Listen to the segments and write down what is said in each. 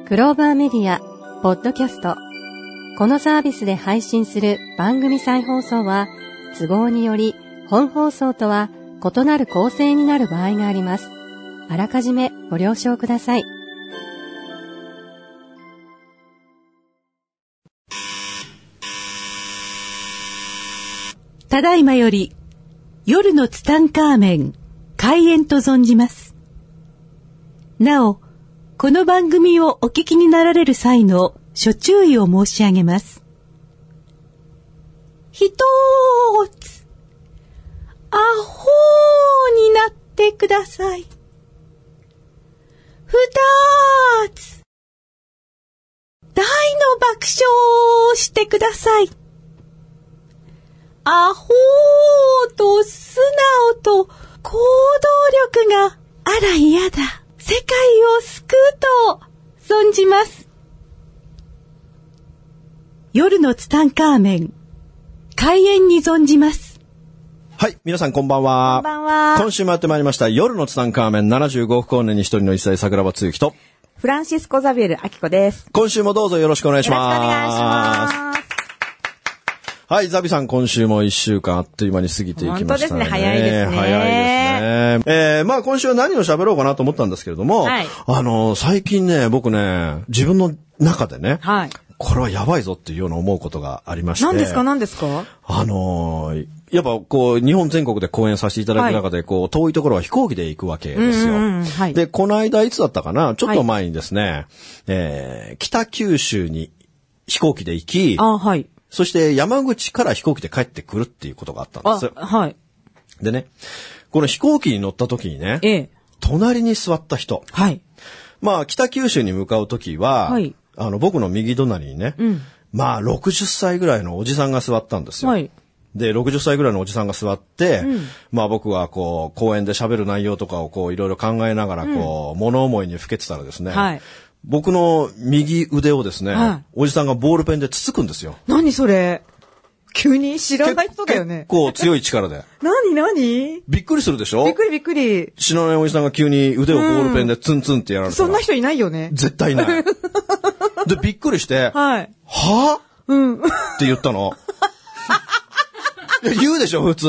クローバーメディアポッドキャスト、このサービスで配信する番組再放送は都合により本放送とは異なる構成になる場合があります。あらかじめご了承ください。 ただいまより夜のツタンカーメン開演と存じます。なお、この番組をお聞きになられる際の諸注意を申し上げます。一つ、アホになってください。二つ、大の爆笑をしてください。アホーと素直と行動力があら嫌だ。世界を救うと存じます。夜のツタンカーメン開演に存じます。 はい、皆さんこんばんは。 こんばんは。 今週もやってまいりました夜のツタンカーメン75億光年に一人の一歳桜庭つゆきとフランシスコ・ザビエル・アキコです。 今週もどうぞよろしくお願いします。 よろしくお願いします。 はい、ザビさん今週も1週間あっという間に過ぎていきましたね。 本当ですね、早いですね。 早いですね。まあ今週は何を喋ろうかなと思ったんですけれども、 はい、 最近ね、僕ね、自分の中でね、 はい、 これはやばいぞっていうような思うことがありまして。 何ですか何ですか？ やっぱこう日本全国で講演させていただく中で、こう遠いところは飛行機で行くわけですよ。 はい、 で、この間いつだったかな、ちょっと前にですね、北九州に飛行機で行き、 はい、 そして山口から飛行機で帰ってくるっていうことがあったんです。 はい。 でね、この飛行機に乗った時にね、隣に座った人、 はい、 まあ北九州に向かう時は、 はい、 僕の右隣にね、まあ60歳ぐらいのおじさんが座ったんですよ。はい、で、60歳ぐらいのおじさんが座って、まあ僕はこう講演で喋る内容とかをこういろいろ考えながらこう、物思いにふけてたらですね、はい、僕の右腕をですね、はい、おじさんがボールペンでつつくんですよ。 何それ？急に知らない人だよね。 結構強い力で。 何びっくりするでしょ？ びっくり。 知らないおじさんが急に腕をボールペンでツンツンってやられたら、 そんな人いないよね。 絶対いない。で、びっくりして、 はい。 はぁ？って言ったの。いや言うでしょ、普通。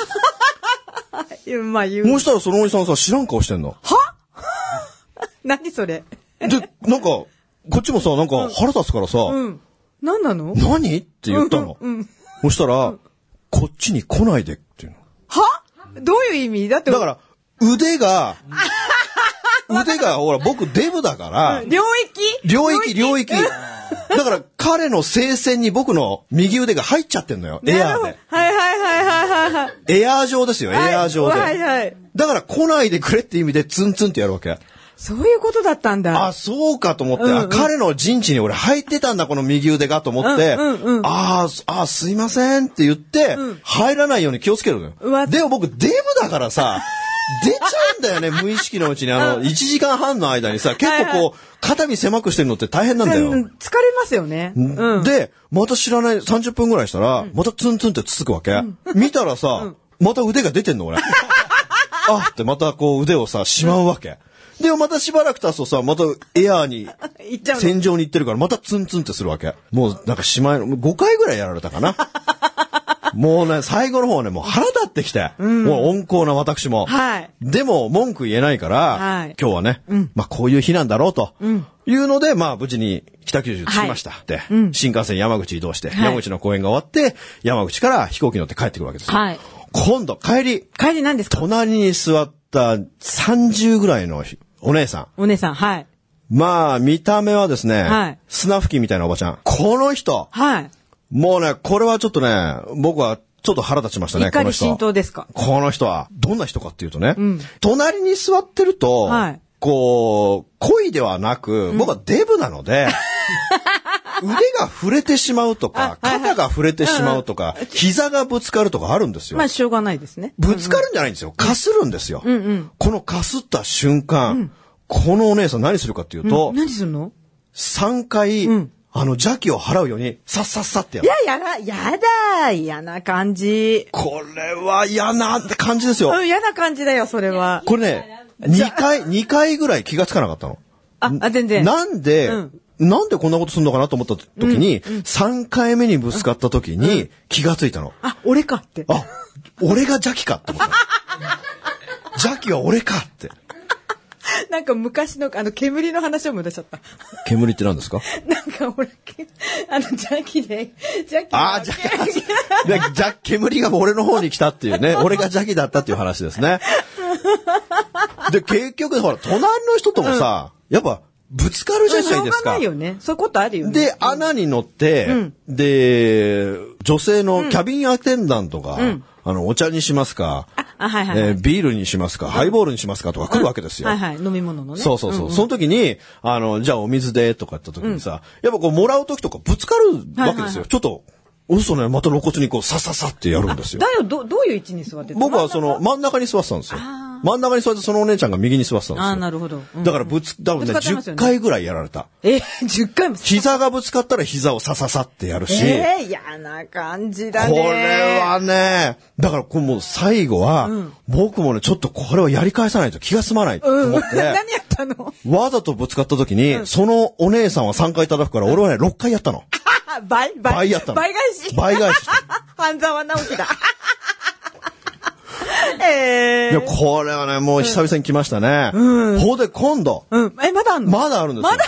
まあ言う。 もうしたらそのおじさんさ、知らん顔してんの。 は何それ？ で、なんか、こっちもさ、なんか腹立つからさ、 何なの？ 何って言ったの。そしたら、こっちに来ないでっていうの。 は？どういう意味？だから、 腕が、ほら、僕デブだから、 領域だから彼の聖戦に僕の右腕が入っちゃってんのよ。エアーで。 はい。 エアー上ですよ、エアー上で。 はい。 だから来ないでくれって意味でツンツンってやるわけ。 そういうことだったんだ。 あ、そうかと思って、彼の陣地に俺入ってたんだ、この右腕がと思って、すいませんって言って、入らないように気をつけるのよ。でも僕デブだからさ、出ちゃうんだよね、無意識のうちに。1時間半の間にさ、結構こう、肩身狭くしてるのって大変なんだよ。 疲れますよね。 で、また知らない30分ぐらいしたら、またツンツンってつつくわけ。見たらさ、また腕が出てんの俺。あってまたこう腕をさ、しまうわけ。でもまたしばらく経つとさ、またエアーに、戦場に行ってるから、またツンツンってするわけ。もうなんか5回ぐらいやられたかな。もうね、最後の方ね、もう腹立ってきて、もう温厚な私も。はい。でも、文句言えないから、今日はね、まあこういう日なんだろうと、いうので、まあ無事に北九州着きました。で、新幹線山口移動して、山口の公演が終わって、山口から飛行機乗って帰ってくるわけですよ。はい。今度、帰り何ですか？ 隣に座った30ぐらいのお姉さん、はい。まあ、見た目はですね、はい。砂吹きみたいなおばちゃん。この人。はい。もうね、これはちょっとね、僕はちょっと腹立ちましたね、この人。怒り心頭ですか？この人は、どんな人かっていうとね、隣に座ってると、はい。こう、恋ではなく、僕はデブなので、腕が触れてしまうとか、肩が触れてしまうとか、膝がぶつかるとかあるんですよ。 まあ、しょうがないですね。 ぶつかるんじゃないんですよ。かするんですよ。このかすった瞬間、このお姉さん何するかっていうと、 何するの？ 3 回、邪気を払うように、さっさっさってやる。 やだ、嫌な感じ。 これは嫌な感じですよ。 嫌な感じだよ、それは。 これね、2回ぐらい気がつかなかったの。 全然。 なんでこんなことするのかなと思った時に、3回目にぶつかった時に気がついたの。 俺かって。 俺が邪気かって思った。邪気は俺かって。 なんか昔の煙の話を思い出しちゃった。 煙って何ですか？ なんか俺、邪気で、 煙が俺の方に来たっていうね。俺が邪気だったっていう話ですね。で、結局、ほら、隣の人ともさ、やっぱ、ぶつかるじゃないですか。 しょうがないよね。そういうことあるよね。 で、穴に乗って、で、女性のキャビンアテンダントが、お茶にしますか、ビールにしますか、ハイボールにしますかとか来るわけですよ。 飲み物のね。 そう。その時に、じゃあお水でとか言った時にさ、やっぱこう、もらう時とかぶつかるわけですよ。ちょっと、嘘ね、また露骨にこう、さってやるんですよ。 どういう位置に座ってたの？ 僕は真ん中に座ってたんですよ。真ん中に座ってそのお姉ちゃんが右に座ってたんですよ。 なるほど。 だから多分ね、10回ぐらいやられた。 10回も膝がぶつかったら膝をさってやるし。 嫌な感じだね。 これはね、だからもう最後は、僕もね、ちょっとこれをやり返さないと気が済まないと思って。 何やったの？ わざとぶつかった時に、そのお姉さんは3回叩くから、俺はね、6回やったの。倍やったの。 倍返し。半沢直樹だ。 いや、これはね、もう久々に来ましたね。ほんで、今度。 まだあんの？ まだあるんですよ。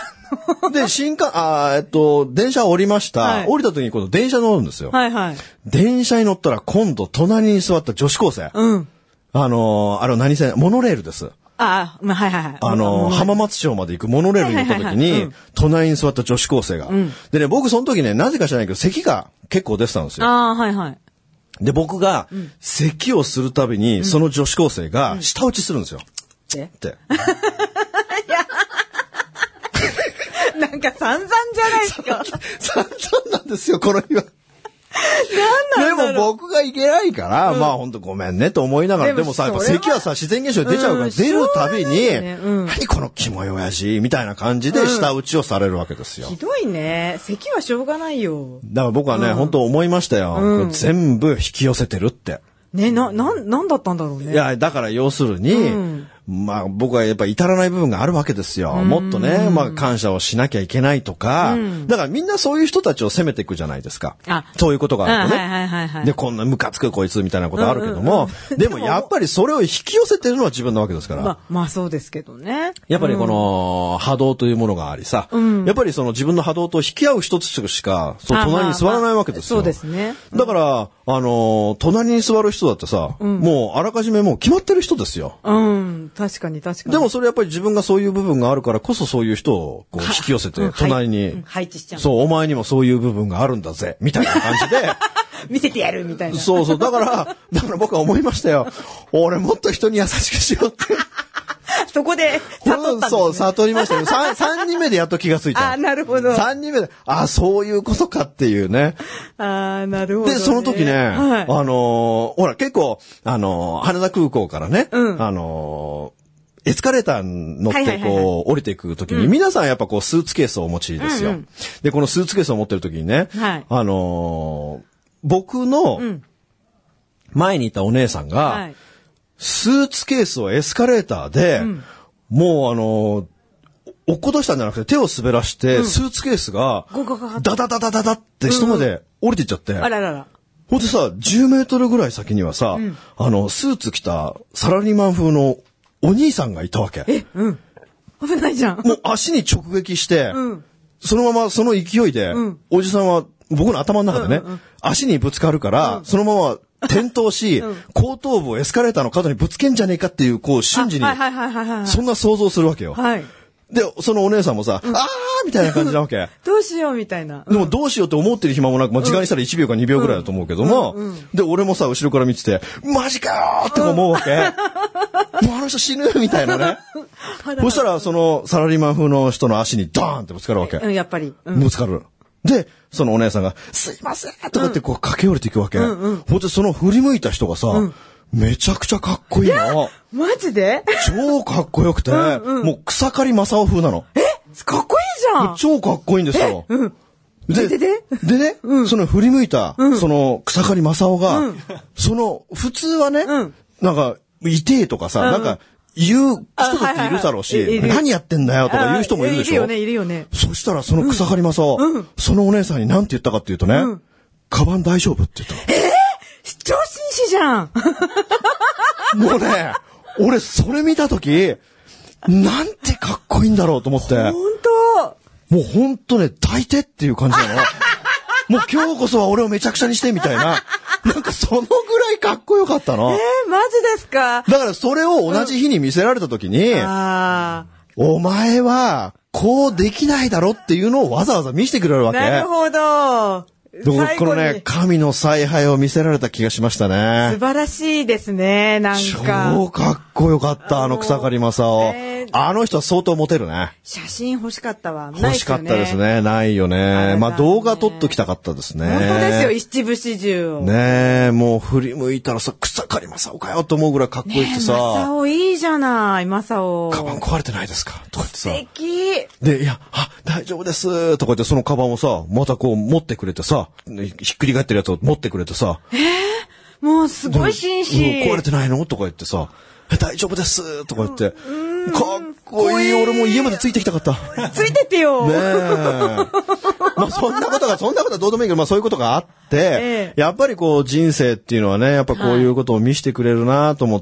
で、電車降りました。降りた時に今度電車乗るんですよ。電車に乗ったら今度隣に座った女子高生。何線？モノレールです。浜松町まで行くモノレールに乗った時に、隣に座った女子高生が。でね、僕その時ね、なぜか知らないけど、咳が結構出てたんですよ。で、僕が、咳をするたびに、その女子高生が、舌打ちするんですよ。って。 なんか散々じゃないですか。 散々なんですよ、この日は。でも僕がいけないから、まあ本当ごめんねと思いながら、でもさ、やっぱ咳はさ、自然現象で出ちゃうから、出るたびに、何このキモい親父みたいな感じで舌打ちをされるわけですよ。 ひどいね。咳はしょうがないよ。 だから僕はね、本当思いましたよ。全部引き寄せてるって。 ね、なんだったんだろうね。 いや、だから要するに、まあ僕はやっぱ至らない部分があるわけですよ。もっとね、まあ感謝をしなきゃいけないとか、だからみんなそういう人たちを責めていくじゃないですか。そういうことがあるとね。で、こんなムカつくこいつみたいなことあるけども、でもやっぱりそれを引き寄せてるのは自分なわけですから。 まあそうですけどね。 やっぱりこの波動というものがありさ、やっぱりその自分の波動と引き合う人しか、隣に座らないわけですよ。 そうですね。 だから、隣に座る人だってさ、もうあらかじめもう決まってる人ですよ。 確かに。 でもそれやっぱり自分がそういう部分があるからこそそういう人をこう引き寄せて隣に、 配置しちゃう。 そう、お前にもそういう部分があるんだぜ、みたいな感じで。 見せてやるみたいな。 そう。だから僕は思いましたよ。俺もっと人に優しくしようって。 そこで悟ったんですね。 そう、悟りましたよ。3人目でやっと気がついた。 なるほど。 3人目で、そういうことかっていうね。 なるほど、ね。 で、その時ね、ほら、結構、羽田空港からね、エスカレーター乗ってこう、降りていくときに、皆さんやっぱこう、スーツケースをお持ちですよ。で、このスーツケースを持ってるときにね、僕の前にいたお姉さんが、スーツケースをエスカレーターで、もう落っことしたんじゃなくて手を滑らして、スーツケースが、ダダダダダダって下まで降りていっちゃって、ほんでさ、10メートルぐらい先にはさ、スーツ着たサラリーマン風のお兄さんがいたわけ。 危ないじゃん。 もう足に直撃して、そのままその勢いで、おじさんは僕の頭の中でね、足にぶつかるから、そのまま転倒し、後頭部をエスカレーターの角にぶつけんじゃねえかっていう、こう瞬時に、そんな想像するわけよ。で、そのお姉さんもさ、みたいな感じなわけ。 どうしようみたいな。 でもどうしようって思ってる暇もなく、時間にしたら1秒か2秒ぐらいだと思うけども、で、俺もさ、後ろから見てて、マジかよって思うわけ。もうあの人死ぬみたいなね。そしたら、そのサラリーマン風の人の足にドーンってぶつかるわけ。 やっぱり。 ぶつかる。で、そのお姉さんが、すいませんとかってこう駆け下りていくわけ。ほんで、その振り向いた人がさ、めちゃくちゃかっこいいの。 マジで？ 超かっこよくて、もう草刈正雄風なの。 かっこいいじゃん。 超かっこいいんですよ。でね、その振り向いた、その草刈正雄が、その、普通はね、なんか、痛えとかさ、なんか、 言う人だっているだろうし、何やってんだよとか言う人もいるでしょ。 いるよね、いるよね。 そしたらその草刈正雄、そのお姉さんに何て言ったかっていうとね、カバン大丈夫って言ったの。 超紳士じゃん。 もうね、俺それ見たとき、なんてかっこいいんだろうと思って。 本当。 もうほんとね、抱いてっていう感じなの。もう今日こそは俺をめちゃくちゃにしてみたいな。なんかそのぐらいかっこよかったの。 マジですか？ だからそれを同じ日に見せられたときに、お前はこうできないだろっていうのをわざわざ見せてくれるわけ。 なるほど。 このね、神の采配を見せられた気がしましたね。 素晴らしいですね、なんか。 超かっこよかった、草刈正雄。あの人は相当モテるね。 写真欲しかったわ。 欲しかったですね。ないよね。まあ動画撮っときたかったですね。 本当ですよ、一部始終を。 ねえ、もう振り向いたらさ、草刈正雄かよと思うぐらいかっこよくてさ。 正雄いいじゃない、正雄。 カバン壊れてないですかとか言ってさ。 素敵。 で、いや、大丈夫ですとか言ってそのカバンをさ、またこう持ってくれてさ、ひっくり返ってるやつを持ってくれてさ。 もうすごい紳士。 壊れてないのとか言ってさ、大丈夫ですとか言って。かっこいい。俺も家までついてきたかった。 ついてってよ。 ねえ。まあそんなことはどうでもいいけど、まあそういうことがあって、やっぱりこう人生っていうのはね、やっぱこういうことを見せてくれるなと思って、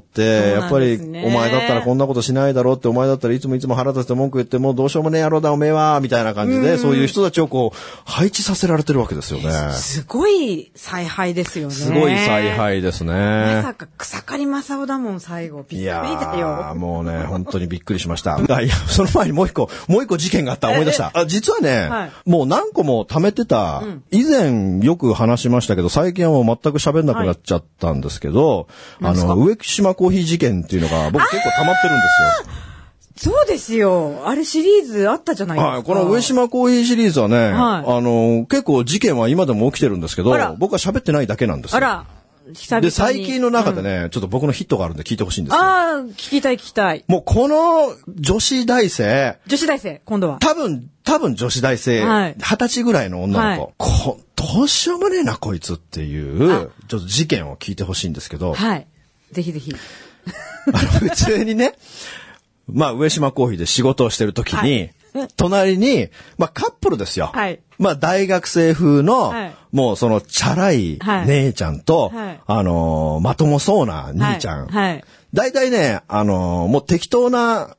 やっぱりお前だったらこんなことしないだろうって、お前だったらいつも腹立てて文句言ってもうどうしようもねえ野郎だおめえは、みたいな感じで、そういう人たちをこう配置させられてるわけですよね。 すごい采配ですよね。 すごい采配ですね。 まさか草刈正雄だもん、最後。びっくりだよ。 いやもうね、本当にびっくりしました。いや、その前にもう一個事件があった思い出した。実はね、もう何個も貯めてた、以前よく話しましたけど、最近はもう全く喋んなくなっちゃったんですけど、上島コーヒー事件っていうのが僕結構溜まってるんですよ。 そうですよ。あれシリーズあったじゃないですか。 はい、この上島コーヒーシリーズはね、結構事件は今でも起きてるんですけど、僕は喋ってないだけなんですよ。で、最近の中でね、ちょっと僕のヒットがあるんで聞いてほしいんですよ。 聞きたい。 もうこの女子大生、 今度は。 多分女子大生、20歳ぐらいの女の子、どうしようもねえなこいつっていう、ちょっと事件を聞いてほしいんですけど。 はい。ぜひぜひ。 普通にね、まあ上島コーヒーで仕事をしてる時に、隣に、まあカップルですよ。まあ大学生風の、もうそのチャラい姉ちゃんと、まともそうな兄ちゃん。大体ね、もう適当な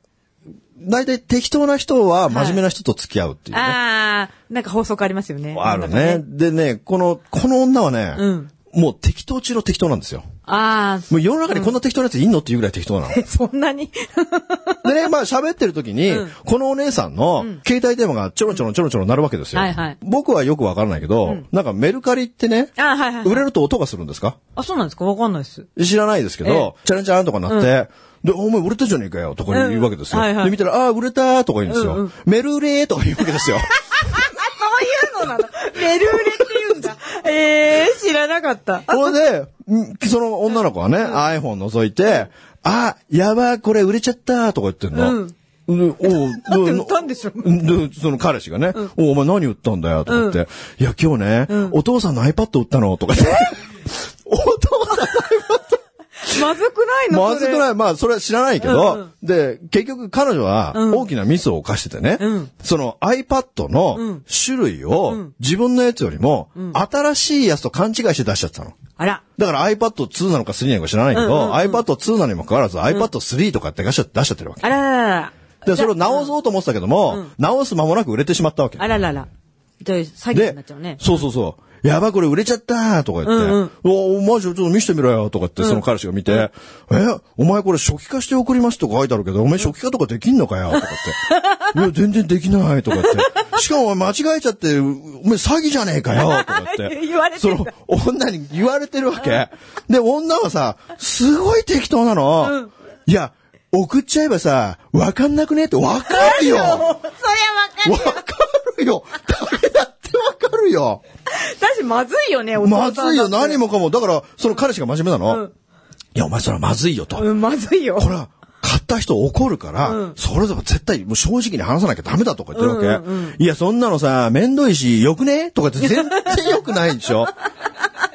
人は真面目な人と付き合うっていうね。 なんか法則ありますよね。 あるね。でね、この女はね、もう適当中の適当なんですよ。もう世の中にこんな適当なやついんのっていうぐらい適当なの。 そんなにでね、まあ喋ってる時に、このお姉さんの携帯電話がちょろちょろ鳴るわけですよ。僕はよくわからないけど、なんかメルカリってね、売れると音がするんですか？ そうなんですか？わかんないです。 知らないですけど、チャランチャランとかなって、で、お前売れたじゃねえかよとか言うわけですよ。で、見たら、売れたとか言うんですよ。メルレーとか言うわけですよ。 そういうのなの。メルレって言うんだ。知らなかった。 それで、その女の子はね、iPhone 覗いて、やばい、これ売れちゃったとか言ってんの。 売ったんでしょ？ その彼氏がね、お前何売ったんだよとか言って、いや今日ね、お父さんの iPad 売ったのとか言って、お父さんの iPad まずくないの？ まずくない。まあ、それは知らないけど、で、結局彼女は大きなミスを犯しててね、その iPad の種類を自分のやつよりも新しいやつと勘違いして出しちゃったの。だから iPad2 なのか3なのか知らないけど、iPad2 なのにもかかわらず iPad3 とかって出しちゃってるわけ。で、それを直そうと思ってたけども、直す間もなく売れてしまったわけ。 じゃあ詐欺になっちゃうね。 そう。やばいこれ売れちゃったとか言って、マジちょっと見せてみろよとかってその彼氏が見て、お前これ初期化して送りますとか書いてあるけど、お前初期化とかできんのかよとかって。いや、全然できないとかって。しかも間違えちゃって、お前詐欺じゃねえかよとかって。 言われてる。 その女に言われてるわけ。で、女はさ、すごい適当なの。いや、送っちゃえばさ、わかんなくねってわかるよ。そりゃわかるよ。わかるよ。誰だってわかるよ。 私まずいよね、 まずいよ、何もかも。だから、その彼氏が真面目なの。いや、お前それはまずいよと。 まずいよ。 これは、買った人怒るから、それぞれ絶対、もう正直に話さなきゃダメだとか言ってるわけ。いや、そんなのさ、めんどいし、よくねとかって全然よくないでしょ。 大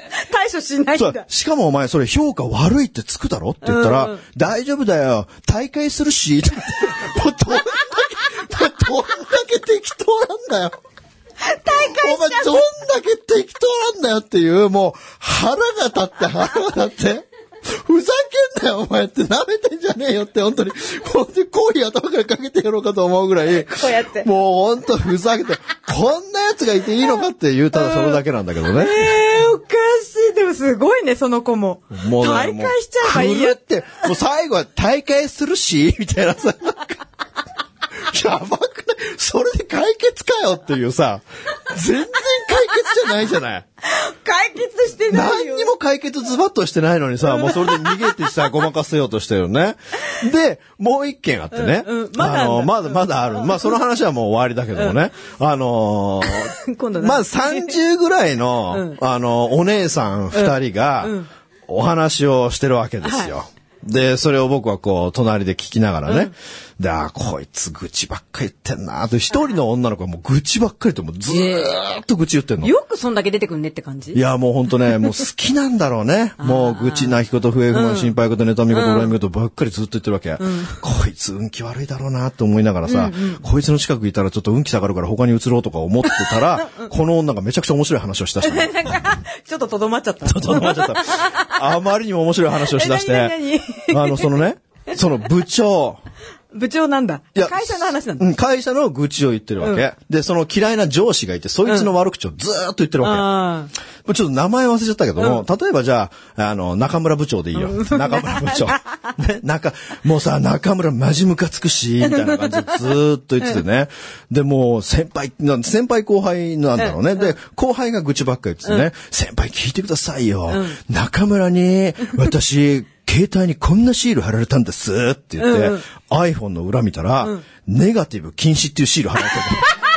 対処しないんそうだ。 しかもお前それ評価悪いってつくだろって言ったら、大丈夫だよ。大会するし。もうどんだけ適当なんだよ。お前どんだけ適当なんだよっていう、もう腹が立って。ふざけんなよお前って舐めてんじゃねえよって本当にコーヒー頭からかけてやろうかと思うぐらい、 こうやって。 もう本当ふざけて、こんな奴がいていいのかっていう、ただそれだけなんだけどね。 おかしい。でもすごいね、その子も。 もうね大会しちゃえばいいやって。もう最後は大会するしみたいなさ、やばくないそれで解決かよっていうさ、全然解決じゃないじゃない。 解決してないよ。 何にも解決ズバッとしてないのにさ、もうそれで逃げてさ、ごまかせようとしてるよね。で、もう一件あってね。まだある。まあその話はもう終わりだけどもね。 今度まあ30ぐらいの、お姉さん2人が、お話をしてるわけですよ。で、それを僕はこう、隣で聞きながらね。で、こいつ愚痴ばっかり言ってんなと、一人の女の子はもう愚痴ばっかり言って、もうずーっと愚痴言ってんの。 よくそんだけ出てくんねって感じ？ いや、もうほんとね、もう好きなんだろうね。もう愚痴、泣き言、不平不満、心配事、妬み事、恨み事ばっかりずっと言ってるわけ。こいつ運気悪いだろうなって思いながらさ、こいつの近くいたらちょっと運気下がるから他に移ろうとか思ってたら、この女がめちゃくちゃ面白い話をしだしたの。 ちょっととどまっちゃった。 あまりにも面白い話をしだして、その部長なんだ。会社の話なんだ。 会社の愚痴を言ってるわけ。で、その嫌いな上司がいて、そいつの悪口をずーっと言ってるわけ。ちょっと名前忘れちゃったけども、例えばじゃあ、中村部長でいいよ。中村部長。ね、もうさ、中村マジムカつくし、みたいな感じでずーっと言っててね。で、もう先輩後輩なんだろうね。で、後輩が愚痴ばっかり言っててね。先輩聞いてくださいよ。中村に、私、携帯にこんなシール貼られたんですって言って、iPhone の裏見たら、ネガティブ禁止っていうシール貼られてた。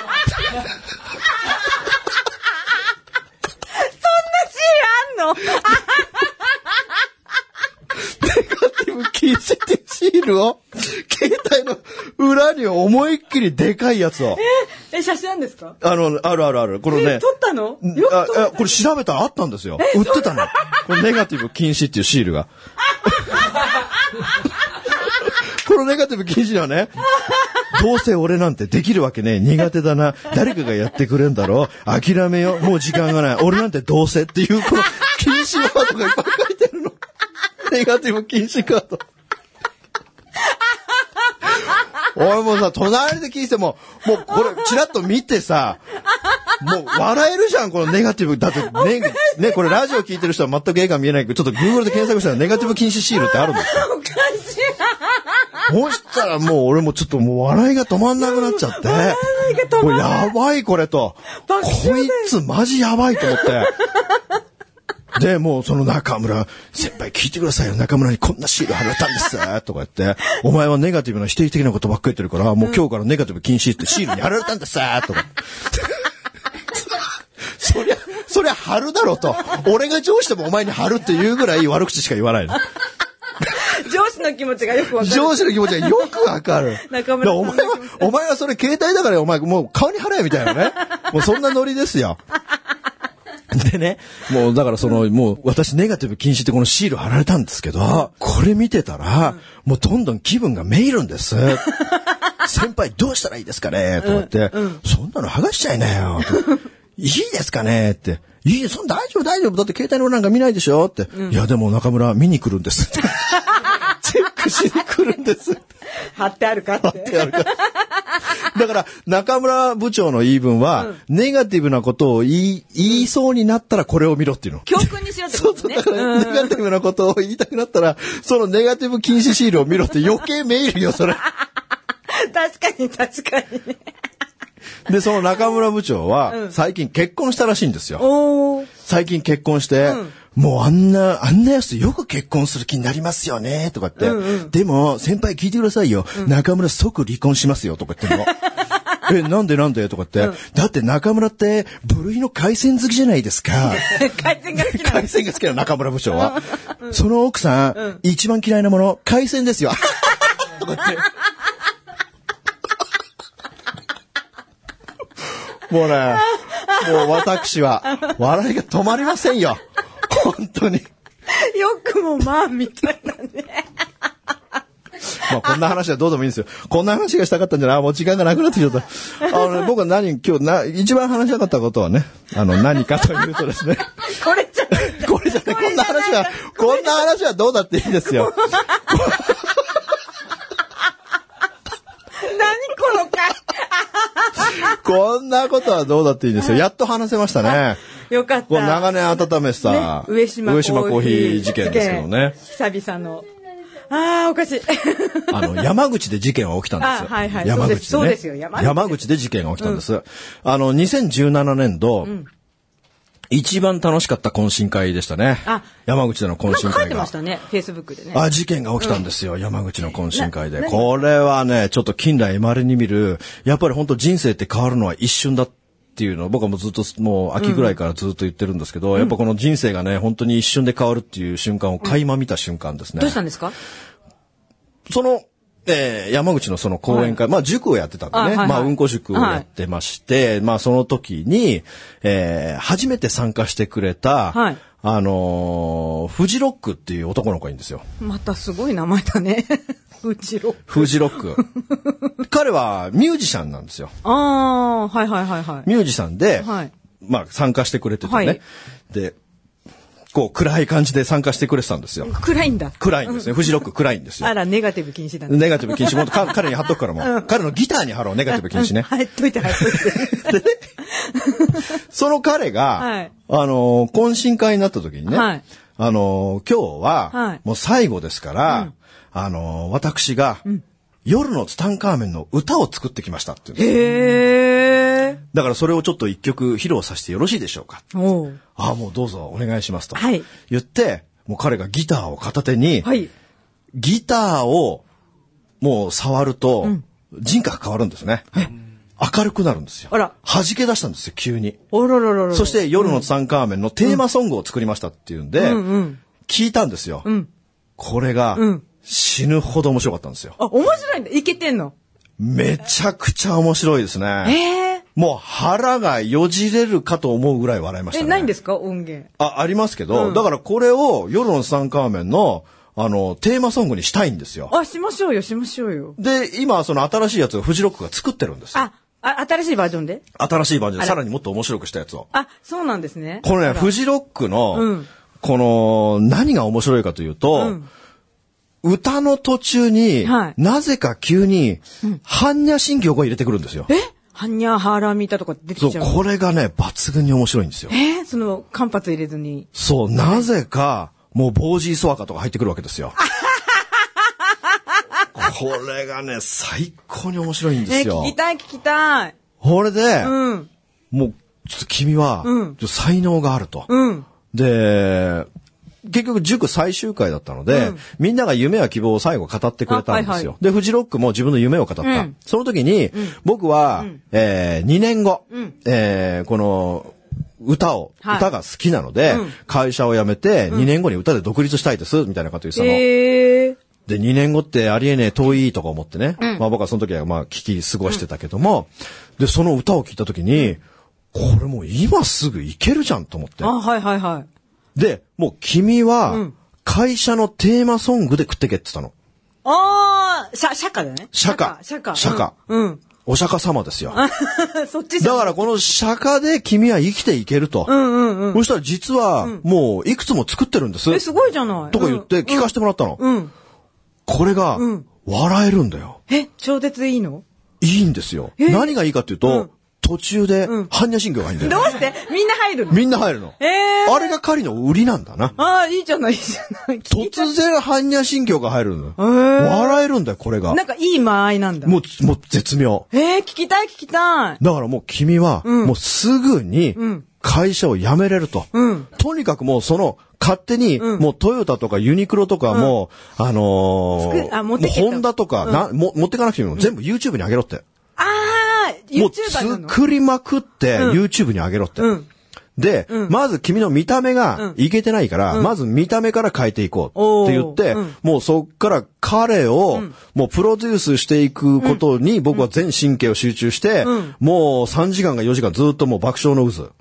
そんなシールあんの？ ネガティブ禁止っていうシールを、携帯の裏に思いっきりでかいやつを。 写真なんですか？ ある。これね。 撮ったの？よく撮った。 これ調べたらあったんですよ。売ってたの。これネガティブ禁止っていうシールが。このネガティブ禁止にはね、どうせ俺なんてできるわけねえ、苦手だな、誰かがやってくれんだろう、諦めよう、もう時間がない、俺なんてどうせっていう、この禁止ワードがいっぱい書いてるの。ネガティブ禁止カード。俺もさ、隣で聞いても、もうこれ、チラッと見てさ、もう笑えるじゃん、このネガティブ。だってね、これラジオ聞いてる人は全く絵が見えないけど、ちょっと Google で検索したらネガティブ禁止シールってあるんですよ。 おかしい。 そしたらもう俺もちょっともう笑いが止まんなくなっちゃって。これやばいこれと。こいつマジやばいと思って。で、もうその中村、先輩聞いてくださいよ。中村にこんなシール貼られたんです。とか言って、お前はネガティブな否定的なことばっかり言ってるから、もう今日からネガティブ禁止ってシールに貼られたんです。とか。そりゃ貼るだろうと。俺が上司でもお前に貼るっていうぐらい悪口しか言わないの。 上司の気持ちがよくわかる。 上司の気持ちがよくわかる。 中村さんお前はそれ携帯だからお前もう顔に貼れみたいなね。もうそんなノリですよ。でね、もうだからもう私ネガティブ禁止ってこのシール貼られたんですけど、これ見てたら、もうどんどん気分がめいるんです。先輩どうしたらいいですかねとか言って、そんなの剥がしちゃいなよ。いいですかねって。いい、大丈夫。だって携帯のなんか見ないでしょって。いやでも中村見に来るんです。チェックしに来るんです。 貼ってあるかって。貼ってあるか。 だから、中村部長の言い分は、ネガティブなことを言いそうになったらこれを見ろっていうの。 教訓にしろってことね。 そう、だから、ネガティブなことを言いたくなったら、そのネガティブ禁止シールを見ろって余計めいるよ、それ。 確かに。 で、その中村部長は、最近結婚したらしいんですよ。最近結婚して、もうあんなやつよく結婚する気になりますよね、とかって。でも、先輩聞いてくださいよ。中村即離婚しますよ、とか言ってんの。なんでとかって。だって中村って、部類の海鮮好きじゃないですか。 海鮮が好きなの。 海鮮が好きな中村部長は。その奥さん、一番嫌いなもの、海鮮ですよ。とか言って。もうね、もう私は、笑いが止まりませんよ。 本当に。 よくもまあ、みたいなね。 まあこんな話はどうでもいいんですよ。こんな話がしたかったんじゃない？もう時間がなくなってきちゃった。僕は今日一番話したかったことはね、何かというとですね。 これじゃない。 これじゃね、こんな話はどうだっていいですよ。 何この回。 こんなことはどうだっていいですよ。やっと話せましたね。 よかった。 こう長年温めてた、 上島コーヒー事件ですけどね。 久々の。ああ、おかしい。 山口で事件は起きたんですよ。 はいはい。 山口でね。 そうですよ。 山口で事件が起きたんです。2017年度、一番楽しかった懇親会でしたね。山口での懇親会が。 なんか書いてましたね、Facebook でね。 事件が起きたんですよ、山口の懇親会で。これはね、ちょっと近来稀に見る、やっぱり本当人生って変わるのは一瞬だっていうのを僕はもうずっともう秋ぐらいからずっと言ってるんですけど、やっぱこの人生がね、本当に一瞬で変わるっていう瞬間を垣間見た瞬間ですね。 どうしたんですか？ 山口のその講演会、まあ塾をやってたんでね、まあうんこ塾をやってまして、まあその時に、初めて参加してくれた、フジロックっていう男の子がいるんですよ。 またすごい名前だね。フジロック。 フジロック。彼はミュージシャンなんですよ。 はいはいはいはい。 ミュージシャンで、まあ参加してくれててね。で、こう暗い感じで参加してくれてたんですよ。 暗いんだ。 暗いんですね。フジロック暗いんですよ。 あら、ネガティブ禁止だね。 ネガティブ禁止。もっと彼に貼っとくからもう。彼のギターに貼ろう、ネガティブ禁止ね。 貼っといて。でね、 その彼が、懇親会になった時にね、今日は、もう最後ですから、私が、夜のツタンカーメンの歌を作ってきましたって言うんですよ。だからそれをちょっと一曲披露させてよろしいでしょうか。もうどうぞお願いしますと。言って、もう彼がギターを片手に、ギターをもう触ると、人格変わるんですね。明るくなるんですよ。弾け出したんですよ、急に。そして夜のツタンカーメンのテーマソングを作りましたっていうんで、聞いたんですよ。これが、死ぬほど面白かったんですよ。 面白いんだ。いけてんの？ めちゃくちゃ面白いですね。もう腹がよじれるかと思うぐらい笑いましたね。 ないんですか？音源。 ありますけど、だからこれを夜のツタンカーメンのテーマソングにしたいんですよ。 しましょうよ。 で、今その新しいやつをフジロックが作ってるんですよ。 新しいバージョンで？ 新しいバージョンでさらにもっと面白くしたやつを。 そうなんですね。 これね、フジロックの、この何が面白いかというと、歌の途中に、なぜか急に、般若心経が入れてくるんですよ。 般若ハーラーミータとか出てきちゃう。 そう、これがね、抜群に面白いんですよ。 その、間髪入れずに。 そう、なぜか、もう、ボージーソワカとか入ってくるわけですよ。これがね、最高に面白いんですよ。 聞きたい。 これで、もう、ちょっと君は、才能があると。で、結局塾最終回だったので、みんなが夢や希望を最後語ってくれたんですよ。で、フジロックも自分の夢を語った。その時に、僕は、2年後、この、歌が好きなので、会社を辞めて、2年後に歌で独立したいです、みたいなこと言ってたの。で、2年後ってありえねえ遠いとか思ってね。まあ僕はその時はまあ聞き過ごしてたけども、で、その歌を聞いた時に、これもう今すぐいけるじゃんと思って。で、もう君は、会社のテーマソングで食ってけって言ったの。 釈迦だね。 釈迦。お釈迦様ですよ。 そっちだからこの釈迦で君は生きていけると。そしたら実は、もういくつも作ってるんです。 すごいじゃない。 とか言って聞かせてもらったの。これが、笑えるんだよ。 超絶いいの？ いいんですよ。何がいいかっていうと、途中で、般若心経が入るんだよ。 どうして？みんな入るの？ みんな入るの。あれが狩りの売りなんだな。 いいじゃない。 突然般若心経が入るの。笑えるんだよ、これが。 なんかいい間合いなんだ。 もう絶妙。 聞きたい。 だからもう君は、もうすぐに、会社を辞めれると。とにかくもう勝手に、もうトヨタとかユニクロとかも、もうホンダとか、持ってかなくても全部 YouTube に上げろって。もう作りまくって YouTube に上げろって。で、まず君の見た目がいけてないから、まず見た目から変えていこうって言って、もうそっから彼をもうプロデュースしていくことに僕は全神経を集中して、もう3時間か4時間ずっともう爆笑の渦。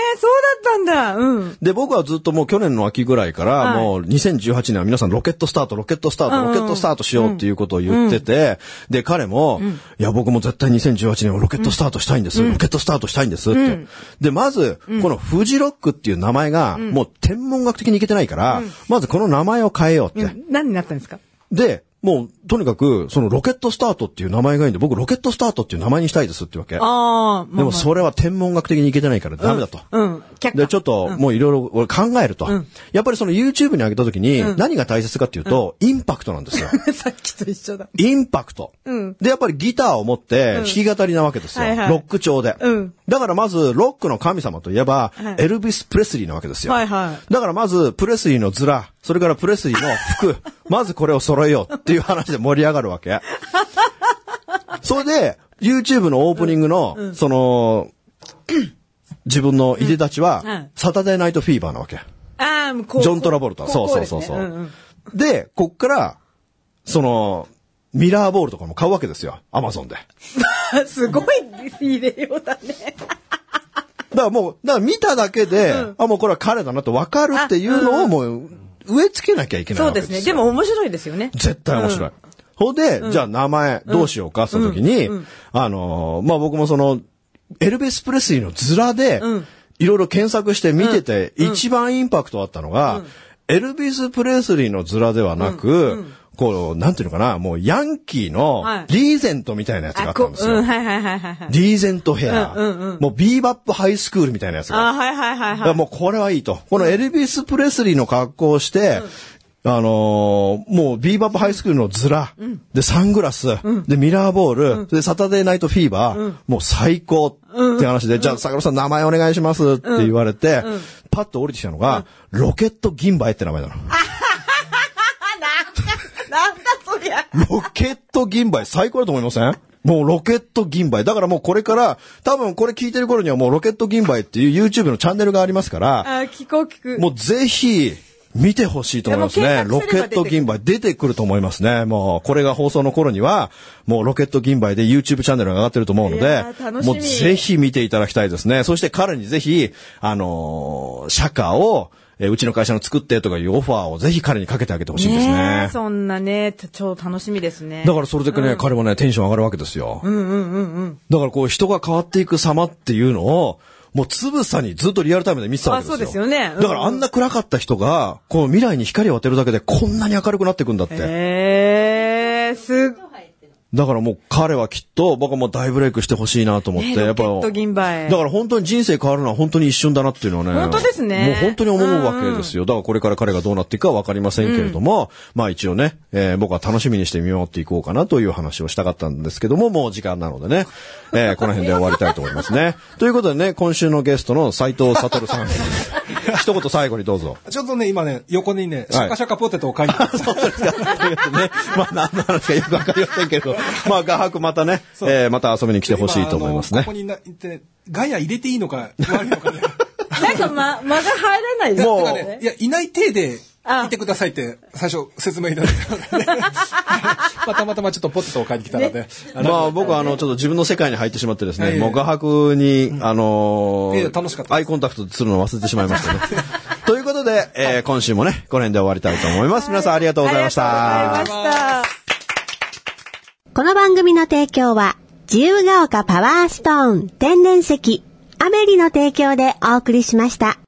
そうだったんだ。うん。 で、僕はずっともう去年の秋ぐらいから、 はいもう2018年は皆さんロケットスタート、ロケットスタート、ロケットスタートしようっていうことを言ってて、で、彼も、いや、僕も絶対2018年はロケットスタートしたいんです。ロケットスタートしたいんですって。で、まず、このフジロックっていう名前が、もう天文学的にいけてないから、まずこの名前を変えようって。 何になったんですか？ で、もう、とにかく、そのロケットスタートっていう名前がいいんで、僕ロケットスタートっていう名前にしたいですってわけ。 ああ、 でもそれは天文学的にいけてないからダメだと。で、ちょっと、もういろいろ俺考えると。やっぱりその YouTube に上げた時に、何が大切かっていうと、インパクトなんですよ。 さっきと一緒だ。 インパクト。で、やっぱりギターを持って弾き語りなわけですよ。ロック調で。だからまず、ロックの神様といえば、エルビス・プレスリーなわけですよ。だからまず、プレスリーのズラ、それからプレスリーの服、まずこれを揃えようっていう話で盛り上がるわけ。それで、YouTube のオープニングの、その、自分のいでたちは、サタデーナイトフィーバーなわけ。ジョン・トラボルタ。そう。で、こっから、その、ミラーボールとかも買うわけですよ。アマゾンで。 すごい入れようだね。 だから見ただけで、もうこれは彼だなと分かるっていうのをもう、植え付けなきゃいけないわけですよ。 そうですね。でも面白いですよね。 絶対面白い。ほんで、じゃあ名前どうしようか、その時に、僕もその、エルビス・プレスリーのズラで、いろいろ検索して見てて、一番インパクトあったのが、エルビス・プレスリーのズラではなく、こう、なんていうのかな、もうヤンキーのリーゼントみたいなやつがあったんですよ。リーゼントヘア。もうビーバップハイスクールみたいなやつが。もうこれはいいと。このエルビス・プレスリーの格好をして、もうビーバップハイスクールのズラ、でサングラス、でミラーボール、でサタデーナイトフィーバー、もう最高って話で、じゃあ坂本さん名前お願いしますって言われて、パッと降りてきたのが、ロケット銀杯って名前なの。 なんだそりゃ。 ロケット銀杯最高だと思いません？もうロケット銀杯。だからもうこれから、多分これ聞いてる頃にはもうロケット銀杯っていう YouTube のチャンネルがありますから、 聞こう。 もうぜひ、見てほしいと思いますね。ロケット銀杯出てくると思いますね。もうこれが放送の頃には、もうロケット銀杯で YouTube チャンネルが上がってると思うので、もうぜひ見ていただきたいですね。そして彼にぜひ、社歌を、うちの会社の作ってとかいうオファーをぜひ彼にかけてあげてほしいですね。 そんなね、超楽しみですね。 だからそれだけね、彼もね、テンション上がるわけですよ。だからこう人が変わっていく様っていうのを、もうつぶさにずっとリアルタイムで見てたわけですよ。 そうですよね。 だからあんな暗かった人が、この未来に光を当てるだけでこんなに明るくなっていくんだって。だからもう彼はきっと僕はもう大ブレイクしてほしいなと思って、やっぱだから本当に人生変わるのは本当に一瞬だなっていうのはね、 本当ですね。 もう本当に思うわけですよ。だからこれから彼がどうなっていくかわかりませんけれども、まあ一応ね、僕は楽しみにして見守っていこうかなという話をしたかったんですけども、もう時間なのでね、この辺で終わりたいと思いますね。ということでね、今週のゲストの斉藤悟さん、一言最後にどうぞ。 ちょっとね、今ね、横にね、シャカシャカポテトを書いてます。 そうですか。ということでね、まあ何の話かよくわかりませんけど、まあ画伯またね、また遊びに来てほしいと思いますね。 ここにガヤ入れていいのか悪いのかね。 なんか間が入らないですよね。いや、いない体でいてくださいって最初説明いただいたので、たまたまちょっとポテトを買いに来たので。 まあ僕はちょっと自分の世界に入ってしまってですね、もう画伯に、 楽しかったアイコンタクトするのを忘れてしまいましたね。ということで、今週もね、この辺で終わりたいと思います。皆さんありがとうございました。 この番組の提供は、自由が丘パワーストーン天然石、アメリの提供でお送りしました。